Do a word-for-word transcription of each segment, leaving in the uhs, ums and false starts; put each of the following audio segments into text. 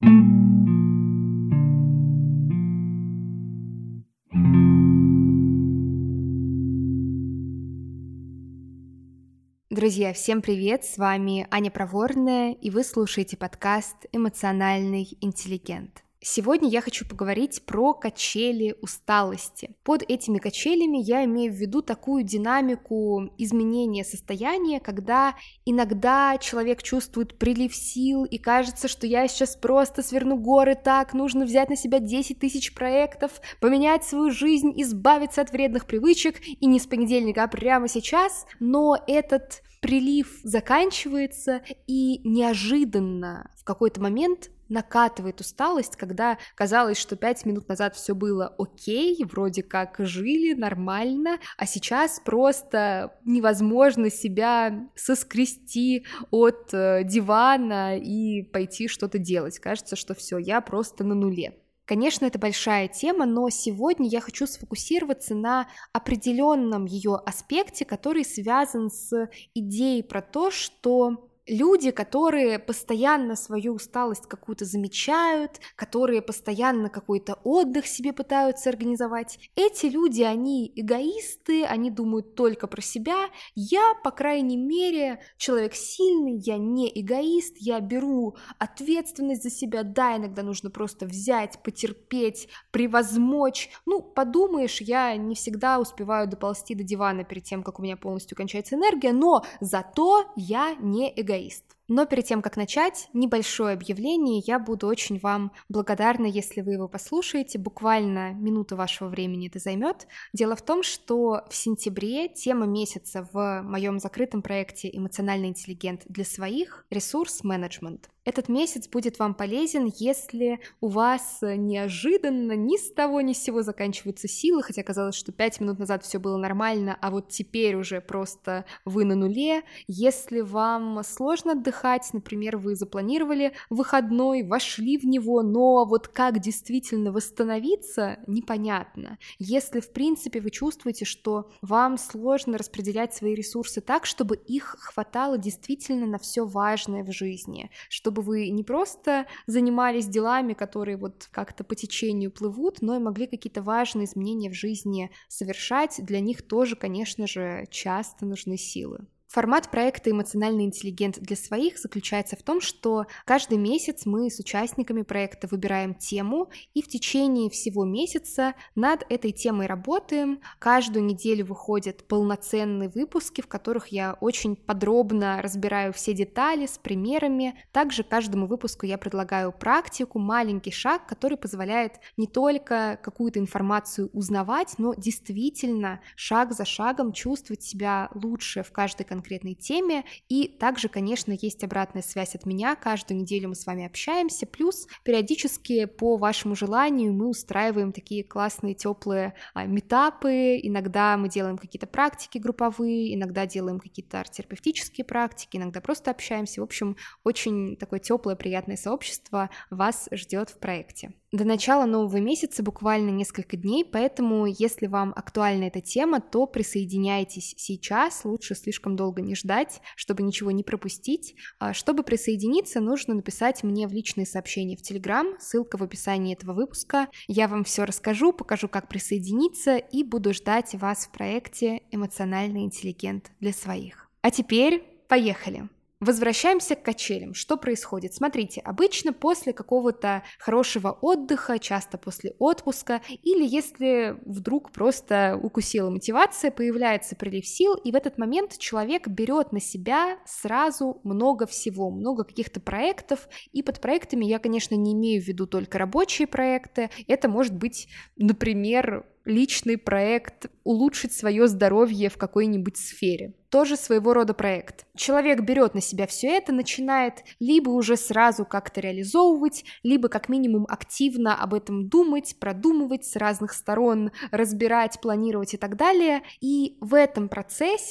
Друзья, всем привет! С вами Аня Проворная, и вы слушаете подкаст «Эмоциональный интеллигент». Сегодня я хочу поговорить про качели усталости. Под этими качелями я имею в виду такую динамику изменения состояния, когда иногда человек чувствует прилив сил и кажется, что я сейчас просто сверну горы, так, нужно взять на себя десять тысяч проектов, поменять свою жизнь, избавиться от вредных привычек, и не с понедельника, а прямо сейчас, но этот прилив заканчивается, и неожиданно в какой-то момент накатывает усталость, когда казалось, что пять минут назад все было окей, вроде как жили нормально, а сейчас просто невозможно себя соскрести от э, дивана и пойти что-то делать. Кажется, что все, я просто на нуле. Конечно, это большая тема, но сегодня я хочу сфокусироваться на определенном ее аспекте, который связан с идеей про то, что люди, которые постоянно свою усталость какую-то замечают, которые постоянно какой-то отдых себе пытаются организовать, эти люди, они эгоисты, они думают только про себя. Я, по крайней мере, человек сильный, я не эгоист, я беру ответственность за себя, да, иногда нужно просто взять, потерпеть, превозмочь. Ну, подумаешь, я не всегда успеваю доползти до дивана перед тем, как у меня полностью кончается энергия, но зато я не эгоист. Но перед тем, как начать, небольшое объявление, я буду очень вам благодарна, если вы его послушаете, буквально минуту вашего времени это займет. Дело в том, что в сентябре тема месяца в моем закрытом проекте «Эмоциональный интеллигент для своих» — ресурс-менеджмент. Этот месяц будет вам полезен, если у вас неожиданно ни с того ни с сего заканчиваются силы, хотя казалось, что пять минут назад все было нормально, а вот теперь уже просто вы на нуле. Если вам сложно отдыхать, например, вы запланировали выходной, вошли в него, но вот как действительно восстановиться, непонятно. Если, в принципе, вы чувствуете, что вам сложно распределять свои ресурсы так, чтобы их хватало действительно на все важное в жизни, чтобы чтобы вы не просто занимались делами, которые вот как-то по течению плывут, но и могли какие-то важные изменения в жизни совершать. Для них тоже, конечно же, часто нужны силы. Формат проекта «Эмоциональный интеллигент для своих» заключается в том, что каждый месяц мы с участниками проекта выбираем тему и в течение всего месяца над этой темой работаем. Каждую неделю выходят полноценные выпуски, в которых я очень подробно разбираю все детали с примерами. Также каждому выпуску я предлагаю практику, маленький шаг, который позволяет не только какую-то информацию узнавать, но действительно шаг за шагом чувствовать себя лучше в каждой конкретной конкретной теме, и также, конечно, есть обратная связь от меня, каждую неделю мы с вами общаемся, плюс периодически по вашему желанию мы устраиваем такие классные теплые а, митапы, иногда мы делаем какие-то практики групповые, иногда делаем какие-то арт-терапевтические практики, иногда просто общаемся, в общем, очень такое теплое, приятное сообщество вас ждет в проекте. До начала нового месяца буквально несколько дней, поэтому если вам актуальна эта тема, то присоединяйтесь сейчас, лучше слишком долго не ждать, чтобы ничего не пропустить. Чтобы присоединиться, нужно написать мне в личные сообщения в Telegram, ссылка в описании этого выпуска. Я вам все расскажу, покажу, как присоединиться, и буду ждать вас в проекте «Эмоциональный интеллигент для своих». А теперь поехали! Возвращаемся к качелям. Что происходит? Смотрите, обычно после какого-то хорошего отдыха, часто после отпуска, или если вдруг просто укусила мотивация, появляется прилив сил, и в этот момент человек берет на себя сразу много всего, много каких-то проектов, и под проектами я, конечно, не имею в виду только рабочие проекты, это может быть, например, личный проект, улучшить свое здоровье в какой-нибудь сфере. Тоже своего рода проект. Человек берет на себя все это, начинает либо уже сразу как-то реализовывать, либо как минимум активно об этом думать, продумывать с разных сторон, разбирать, планировать и так далее. И в этом процессе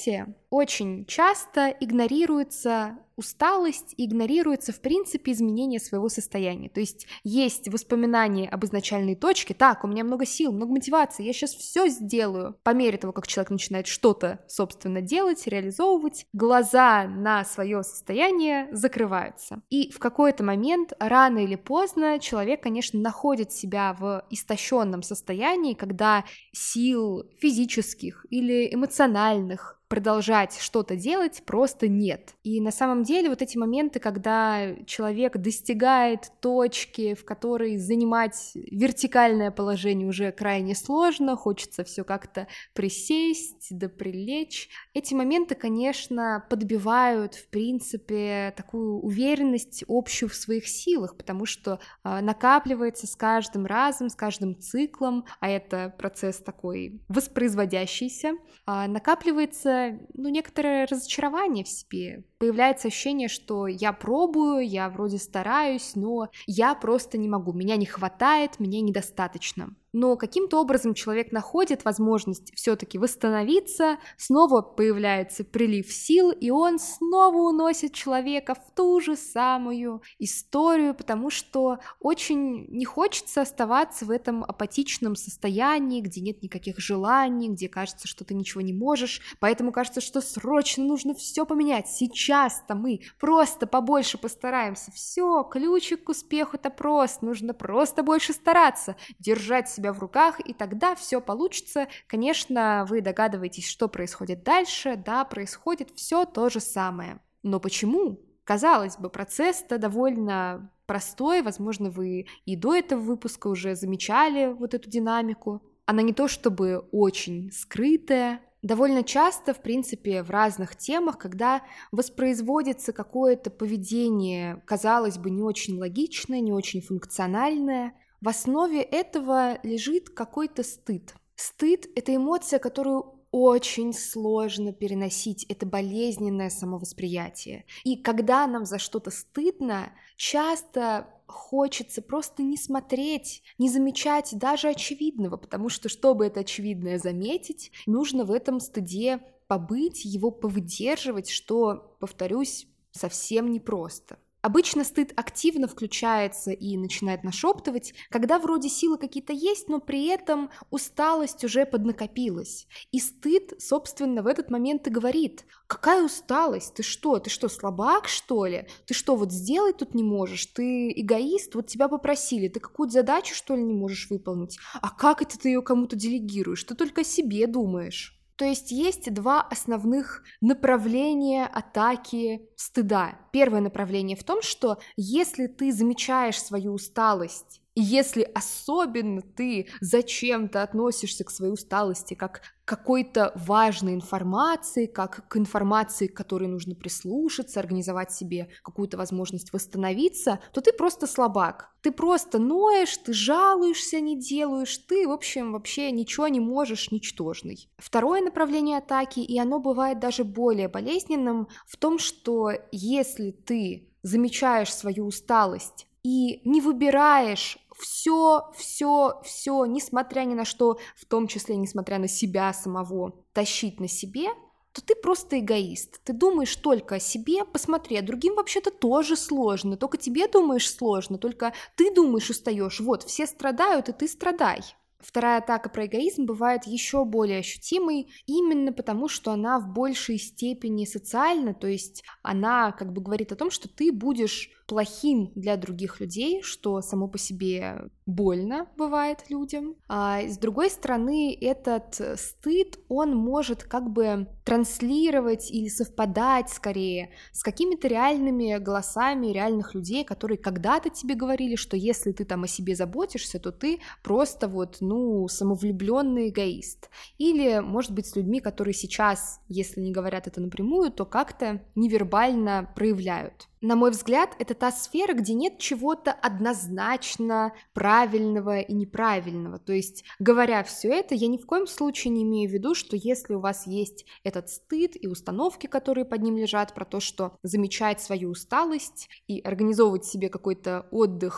очень часто игнорируется усталость и игнорируется, в принципе, изменение своего состояния. То есть есть воспоминания об изначальной точке, так, у меня много сил, много мотивации, я сейчас все сделаю. По мере того, как человек начинает что-то, собственно, делать, реализовывать, глаза на свое состояние закрываются. И в какой-то момент, рано или поздно, человек, конечно, находит себя в истощенном состоянии, когда сил физических или эмоциональных продолжать что-то делать просто нет. И на самом деле вот эти моменты, когда человек достигает точки, в которой занимать вертикальное положение уже крайне сложно, хочется все как-то присесть, да прилечь, эти моменты, конечно, подбивают, в принципе, такую уверенность общую в своих силах, потому что э, накапливается с каждым разом, с каждым циклом, а это процесс такой воспроизводящийся, э, накапливается ну, некоторое разочарование в себе. Появляется ощущение, что я пробую, я вроде стараюсь, но я просто не могу, меня не хватает, меня недостаточно. Но каким-то образом человек находит возможность все-таки восстановиться, снова появляется прилив сил, и он снова уносит человека в ту же самую историю, потому что очень не хочется оставаться в этом апатичном состоянии, где нет никаких желаний, где кажется, что ты ничего не можешь, поэтому кажется, что срочно нужно все поменять. Сейчас-то мы просто побольше постараемся. Все, ключик к успеху-то прост, нужно просто больше стараться, держать себя в руках, и тогда все получится. Конечно, вы догадываетесь, что происходит дальше, да, происходит все то же самое. Но почему? Казалось бы, процесс-то довольно простой, возможно, вы и до этого выпуска уже замечали вот эту динамику. Она не то чтобы очень скрытая. Довольно часто, в принципе, в разных темах, когда воспроизводится какое-то поведение, казалось бы, не очень логичное, не очень функциональное, в основе этого лежит какой-то стыд. Стыд — это эмоция, которую очень сложно переносить, это болезненное самовосприятие. И когда нам за что-то стыдно, часто хочется просто не смотреть, не замечать даже очевидного, потому что, чтобы это очевидное заметить, нужно в этом стыде побыть, его повыдерживать, что, повторюсь, совсем непросто. Обычно стыд активно включается и начинает нашептывать, когда вроде силы какие-то есть, но при этом усталость уже поднакопилась. И стыд, собственно, в этот момент и говорит: какая усталость? Ты что? Ты что, слабак, что ли? Ты что, вот сделать тут не можешь? Ты эгоист? Вот тебя попросили, ты какую-то задачу, что ли, не можешь выполнить? А как это ты ее кому-то делегируешь? Ты только о себе думаешь. То есть есть два основных направления атаки стыда. Первое направление в том, что если ты замечаешь свою усталость, и если особенно ты зачем-то относишься к своей усталости как к какой-то важной информации, как к информации, к которой нужно прислушаться, организовать себе какую-то возможность восстановиться, то ты просто слабак. Ты просто ноешь, ты жалуешься, не делаешь, ты, в общем, вообще ничего не можешь, ничтожный. Второе направление атаки, и оно бывает даже более болезненным, в том, что если ты замечаешь свою усталость и не выбираешь все, все, все, несмотря ни на что, в том числе несмотря на себя самого, тащить на себе, то ты просто эгоист. Ты думаешь только о себе, посмотри, а другим вообще-то тоже сложно, только тебе думаешь сложно, только ты думаешь устаешь, вот, все страдают, и ты страдай. Вторая атака про эгоизм бывает еще более ощутимой, именно потому, что она в большей степени социальна, то есть она как бы говорит о том, что ты будешь плохим для других людей, что само по себе больно бывает людям. А с другой стороны, этот стыд, он может как бы транслировать или совпадать скорее с какими-то реальными голосами реальных людей, которые когда-то тебе говорили, что если ты там о себе заботишься, то ты просто вот, ну, самовлюбленный эгоист. Или, может быть, с людьми, которые сейчас, если не говорят это напрямую, то как-то невербально проявляют. На мой взгляд, это та сфера, где нет чего-то однозначно правильного и неправильного. То есть, говоря все это, я ни в коем случае не имею в виду, что если у вас есть этот стыд и установки, которые под ним лежат, про то, что замечать свою усталость и организовывать себе какой-то отдых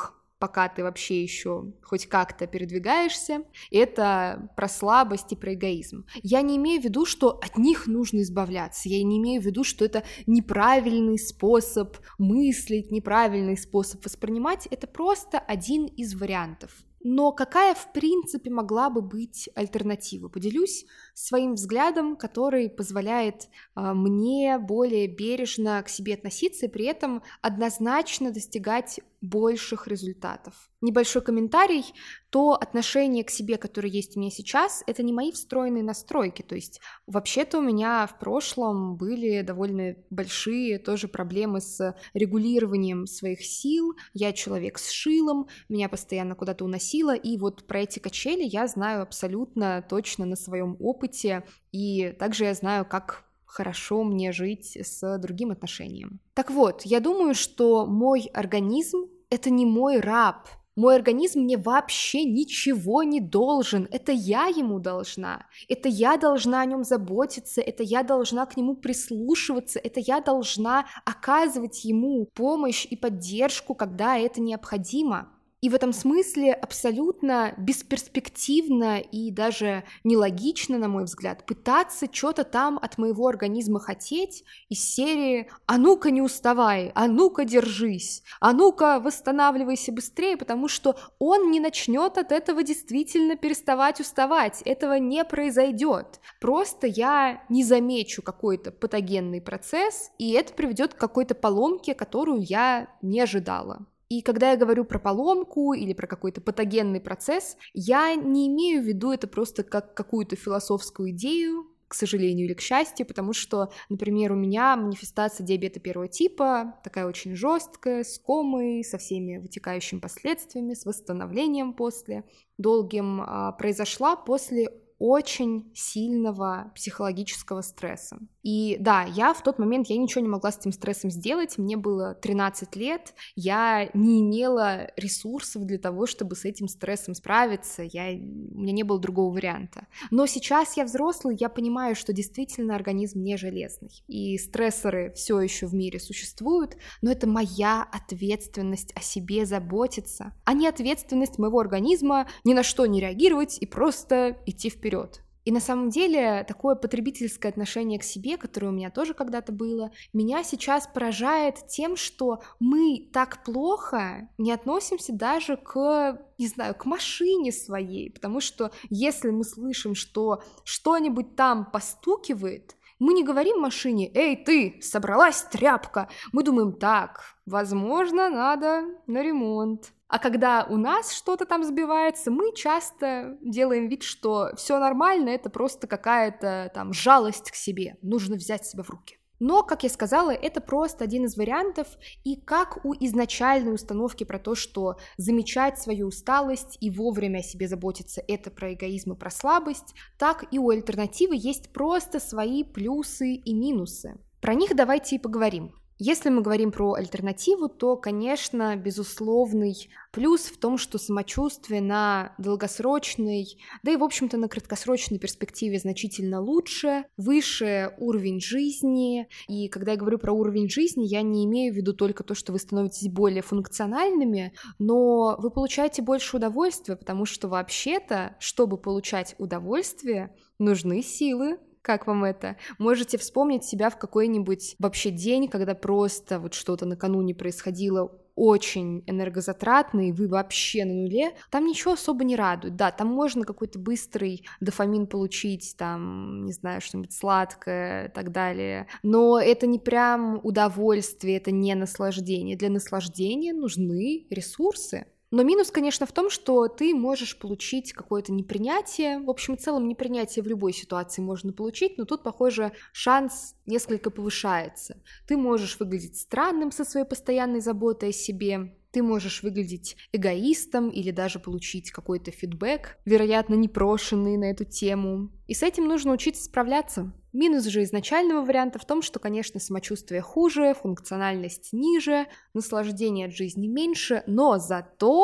пока ты вообще еще хоть как-то передвигаешься, это про слабость и про эгоизм. Я не имею в виду, что от них нужно избавляться, я не имею в виду, что это неправильный способ мыслить, неправильный способ воспринимать, это просто один из вариантов. Но какая, в принципе, могла бы быть альтернатива? Поделюсь своим взглядом, который позволяет э, мне более бережно к себе относиться и при этом однозначно достигать больших результатов. Небольшой комментарий: то отношение к себе, которое есть у меня сейчас, это не мои встроенные настройки, то есть вообще-то у меня в прошлом были довольно большие тоже проблемы с регулированием своих сил, я человек с шилом, меня постоянно куда-то уносило, и вот про эти качели я знаю абсолютно точно на своем опыте, и также я знаю, как хорошо мне жить с другим отношением. Так вот, я думаю, что мой организм — это не мой раб. Мой организм мне вообще ничего не должен, это я ему должна, это я должна о нем заботиться, это я должна к нему прислушиваться, это я должна оказывать ему помощь и поддержку, когда это необходимо. И в этом смысле абсолютно бесперспективно и даже нелогично, на мой взгляд, пытаться что-то там от моего организма хотеть из серии «А ну-ка не уставай, а ну-ка держись, а ну-ка восстанавливайся быстрее», потому что он не начнет от этого действительно переставать уставать, этого не произойдет. Просто я не замечу какой-то патогенный процесс, и это приведет к какой-то поломке, которую я не ожидала. И когда я говорю про поломку или про какой-то патогенный процесс, я не имею в виду это просто как какую-то философскую идею, к сожалению или к счастью, потому что, например, у меня манифестация диабета первого типа, такая очень жесткая, с комой, со всеми вытекающими последствиями, с восстановлением после, долгим, произошла после очень сильного психологического стресса. И да, я в тот момент, я ничего не могла с этим стрессом сделать, мне было тринадцать лет, я не имела ресурсов для того, чтобы с этим стрессом справиться, я, у меня не было другого варианта. Но сейчас я взрослый, я понимаю, что действительно организм не железный, и стрессоры все еще в мире существуют, но это моя ответственность о себе заботиться, а не ответственность моего организма ни на что не реагировать и просто идти вперед. И на самом деле такое потребительское отношение к себе, которое у меня тоже когда-то было, меня сейчас поражает тем, что мы так плохо не относимся даже к, не знаю, к машине своей, потому что если мы слышим, что что-нибудь там постукивает, мы не говорим машине: «Эй, ты, собралась, тряпка!» Мы думаем: так, возможно, надо на ремонт. А когда у нас что-то там сбивается, мы часто делаем вид, что все нормально, это просто какая-то там жалость к себе, нужно взять себя в руки. Но, как я сказала, это просто один из вариантов, и как у изначальной установки про то, что замечать свою усталость и вовремя о себе заботиться — это про эгоизм и про слабость, так и у альтернативы есть просто свои плюсы и минусы. Про них давайте и поговорим. Если мы говорим про альтернативу, то, конечно, безусловный плюс в том, что самочувствие на долгосрочной, да и, в общем-то, на краткосрочной перспективе значительно лучше, выше уровень жизни. И когда я говорю про уровень жизни, я не имею в виду только то, что вы становитесь более функциональными, но вы получаете больше удовольствия, потому что вообще-то, чтобы получать удовольствие, нужны силы. Как вам это? Можете вспомнить себя в какой-нибудь вообще день, когда просто вот что-то накануне происходило очень энергозатратно, и вы вообще на нуле, там ничего особо не радует. Да, там можно какой-то быстрый дофамин получить, там, не знаю, что-нибудь сладкое и так далее, но это не прям удовольствие, это не наслаждение. Для наслаждения нужны ресурсы. Но минус, конечно, в том, что ты можешь получить какое-то непринятие. В общем и целом, непринятие в любой ситуации можно получить, но тут, похоже, шанс несколько повышается. Ты можешь выглядеть странным со своей постоянной заботой о себе, ты можешь выглядеть эгоистом или даже получить какой-то фидбэк, вероятно, непрошенный на эту тему. И с этим нужно учиться справляться. Минус же изначального варианта в том, что, конечно, самочувствие хуже, функциональность ниже, наслаждение от жизни меньше, но зато,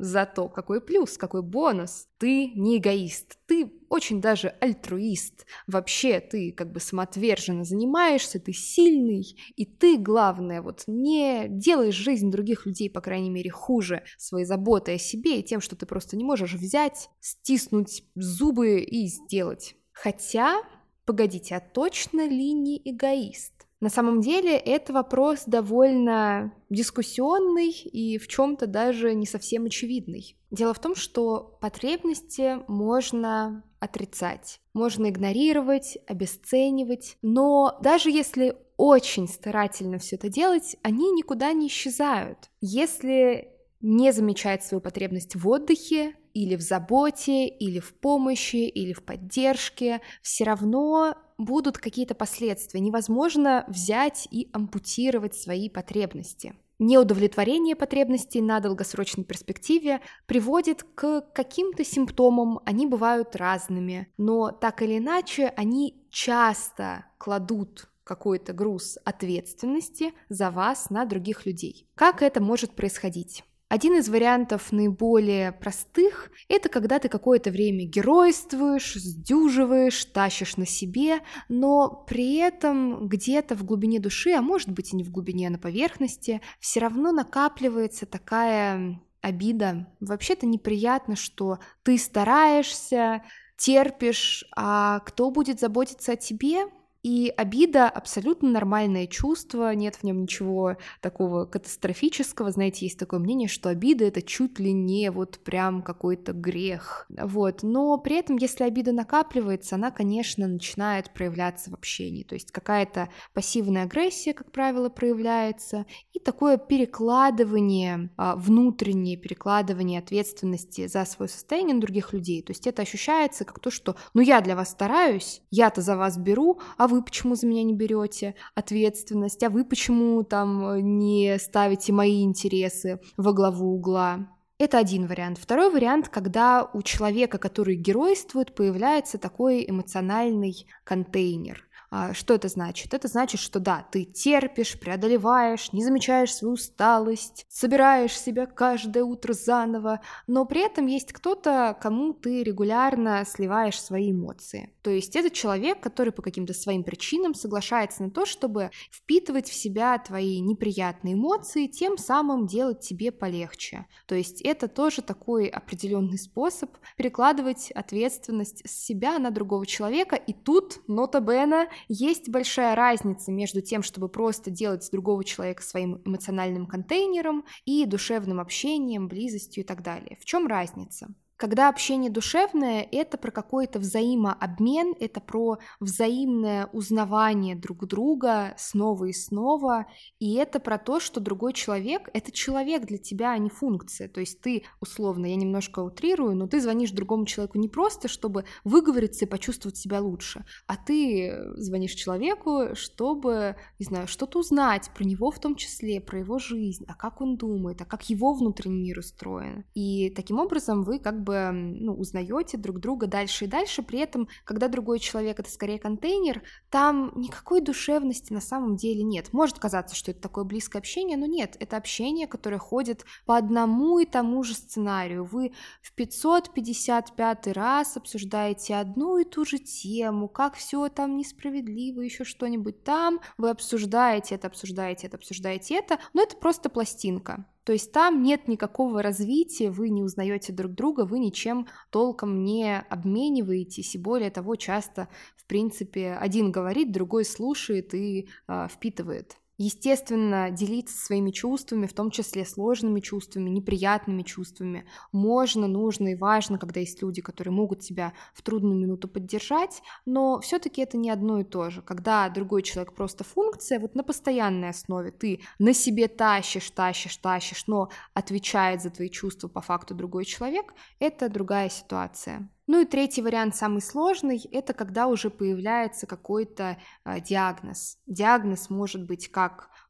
зато какой плюс, какой бонус. Ты не эгоист, ты очень даже альтруист. Вообще ты как бы самоотверженно занимаешься, ты сильный, и ты, главное, вот не делаешь жизнь других людей, по крайней мере, хуже своей заботой о себе и тем, что ты просто не можешь взять, стиснуть зубы и сделать. Хотя, погодите, а точно ли не эгоист? На самом деле это вопрос довольно дискуссионный и в чем-то даже не совсем очевидный. Дело в том, что потребности можно отрицать, можно игнорировать, обесценивать, но даже если очень старательно все это делать, они никуда не исчезают. Если не замечать свою потребность в отдыхе, или в заботе, или в помощи, или в поддержке, все равно будут какие-то последствия. Невозможно взять и ампутировать свои потребности. Неудовлетворение потребностей на долгосрочной перспективе приводит к каким-то симптомам, они бывают разными, но так или иначе они часто кладут какой-то груз ответственности за вас на других людей. Как это может происходить? Один из вариантов наиболее простых – это когда ты какое-то время геройствуешь, сдюживаешь, тащишь на себе, но при этом где-то в глубине души, а может быть и не в глубине, а на поверхности, все равно накапливается такая обида. Вообще-то неприятно, что ты стараешься, терпишь, а кто будет заботиться о тебе? И обида — абсолютно нормальное чувство, нет в нем ничего такого катастрофического. Знаете, есть такое мнение, что обида — это чуть ли не вот прям какой-то грех. Вот. Но при этом, если обида накапливается, она, конечно, начинает проявляться в общении. То есть какая-то пассивная агрессия, как правило, проявляется, и такое перекладывание, внутреннее перекладывание ответственности за свое состояние на других людей. То есть это ощущается как то, что «ну я для вас стараюсь, я-то за вас беру, а вы почему за меня не берете ответственность, а вы почему там не ставите мои интересы во главу угла». Это один вариант. Второй вариант, когда у человека, который геройствует, появляется такой эмоциональный контейнер. Что это значит? Это значит, что да, ты терпишь, преодолеваешь, не замечаешь свою усталость, собираешь себя каждое утро заново, но при этом есть кто-то, кому ты регулярно сливаешь свои эмоции. То есть это человек, который по каким-то своим причинам соглашается на то, чтобы впитывать в себя твои неприятные эмоции, тем самым делать тебе полегче. То есть это тоже такой определенный способ перекладывать ответственность с себя на другого человека, и тут, нota bene, есть большая разница между тем, чтобы просто делать другого человека своим эмоциональным контейнером и душевным общением, близостью и так далее. В чем разница? Когда общение душевное, это про какой-то взаимообмен, это про взаимное узнавание друг друга снова и снова, и это про то, что другой человек — это человек для тебя, а не функция. То есть ты, условно, я немножко утрирую, но ты звонишь другому человеку не просто, чтобы выговориться и почувствовать себя лучше, а ты звонишь человеку, чтобы, не знаю, что-то узнать про него в том числе, про его жизнь, а как он думает, а как его внутренний мир устроен. И таким образом вы как бы ну, узнаете друг друга дальше и дальше, при этом, когда другой человек — это скорее контейнер, там никакой душевности на самом деле нет. Может казаться, что это такое близкое общение, но нет, это общение, которое ходит по одному и тому же сценарию. Вы в пятьсот пятьдесят пятый раз обсуждаете одну и ту же тему, как все там несправедливо, еще что-нибудь там, вы обсуждаете это, обсуждаете это, обсуждаете это, но это просто пластинка. То есть там нет никакого развития, вы не узнаете друг друга, вы ничем толком не обмениваетесь, и более того, часто, в принципе, один говорит, другой слушает и э, впитывает. Естественно, делиться своими чувствами, в том числе сложными чувствами, неприятными чувствами, можно, нужно и важно, когда есть люди, которые могут тебя в трудную минуту поддержать, но все-таки это не одно и то же. Когда другой человек просто функция, вот на постоянной основе ты на себе тащишь, тащишь, тащишь, но отвечает за твои чувства по факту другой человек, это другая ситуация. Ну и третий вариант, самый сложный, это когда уже появляется какой-то э, диагноз. Диагноз может быть как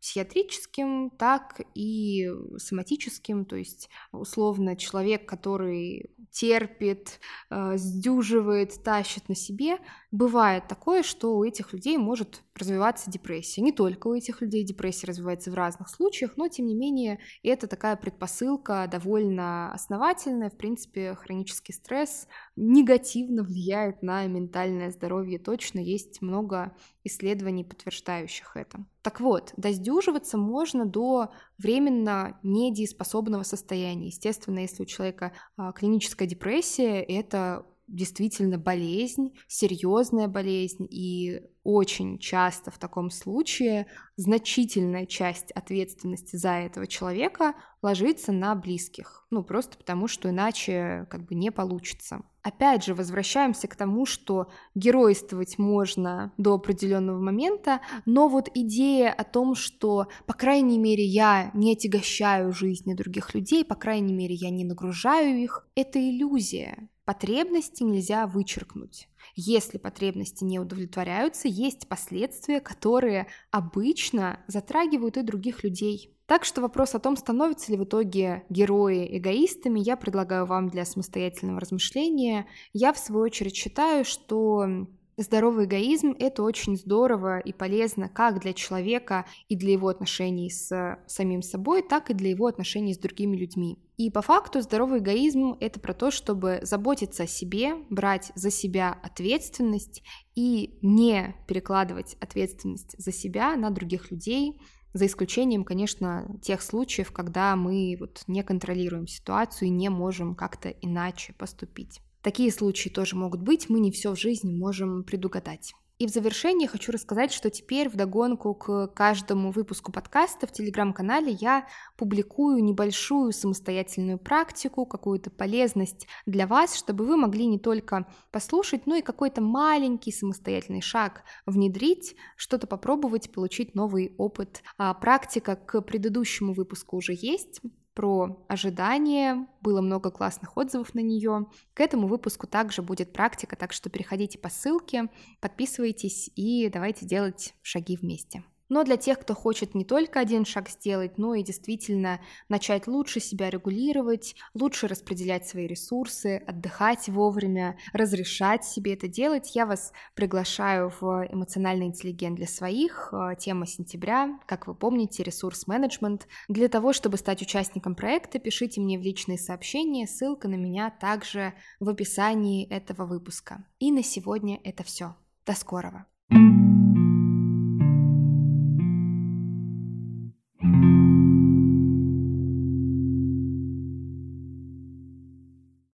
психиатрическим, так и соматическим, то есть условно человек, который терпит, э, сдюживает, тащит на себе, бывает такое, что у этих людей может развиваться депрессия. Не только у этих людей депрессия развивается в разных случаях, но тем не менее это такая предпосылка довольно основательная. В принципе, хронический стресс негативно влияет на ментальное здоровье. Точно есть много исследований, подтверждающих это. Так вот, досдюживаться можно до временно недееспособного состояния. Естественно, если у человека а, клиническая депрессия, это действительно болезнь, серьезная болезнь, и очень часто в таком случае значительная часть ответственности за этого человека ложится на близких, ну просто потому, что иначе как бы не получится. Опять же, возвращаемся к тому, что геройствовать можно до определенного момента, но вот идея о том, что, по крайней мере, я не отягощаю жизни других людей, по крайней мере, я не нагружаю их, это иллюзия. Потребности нельзя вычеркнуть. Если потребности не удовлетворяются, есть последствия, которые обычно затрагивают и других людей. Так что вопрос о том, становятся ли в итоге герои эгоистами, я предлагаю вам для самостоятельного размышления. Я, в свою очередь, считаю, что здоровый эгоизм — это очень здорово и полезно как для человека и для его отношений с самим собой, так и для его отношений с другими людьми. И по факту здоровый эгоизм — это про то, чтобы заботиться о себе, брать за себя ответственность и не перекладывать ответственность за себя на других людей, за исключением, конечно, тех случаев, когда мы вот не контролируем ситуацию и не можем как-то иначе поступить. Такие случаи тоже могут быть, мы не все в жизни можем предугадать. И в завершение хочу рассказать, что теперь вдогонку к каждому выпуску подкаста в Телеграм-канале я публикую небольшую самостоятельную практику, какую-то полезность для вас, чтобы вы могли не только послушать, но и какой-то маленький самостоятельный шаг внедрить, что-то попробовать, получить новый опыт. А практика к предыдущему выпуску уже есть. Про ожидание, было много классных отзывов на нее. К этому выпуску также будет практика, так что переходите по ссылке, подписывайтесь и давайте делать шаги вместе. Но для тех, кто хочет не только один шаг сделать, но и действительно начать лучше себя регулировать, лучше распределять свои ресурсы, отдыхать вовремя, разрешать себе это делать, я вас приглашаю в эмоциональный интеллигент для своих. Тема сентября, как вы помните, ресурс-менеджмент. Для того, чтобы стать участником проекта, пишите мне в личные сообщения, ссылка на меня также в описании этого выпуска. И на сегодня это все. До скорого! thank you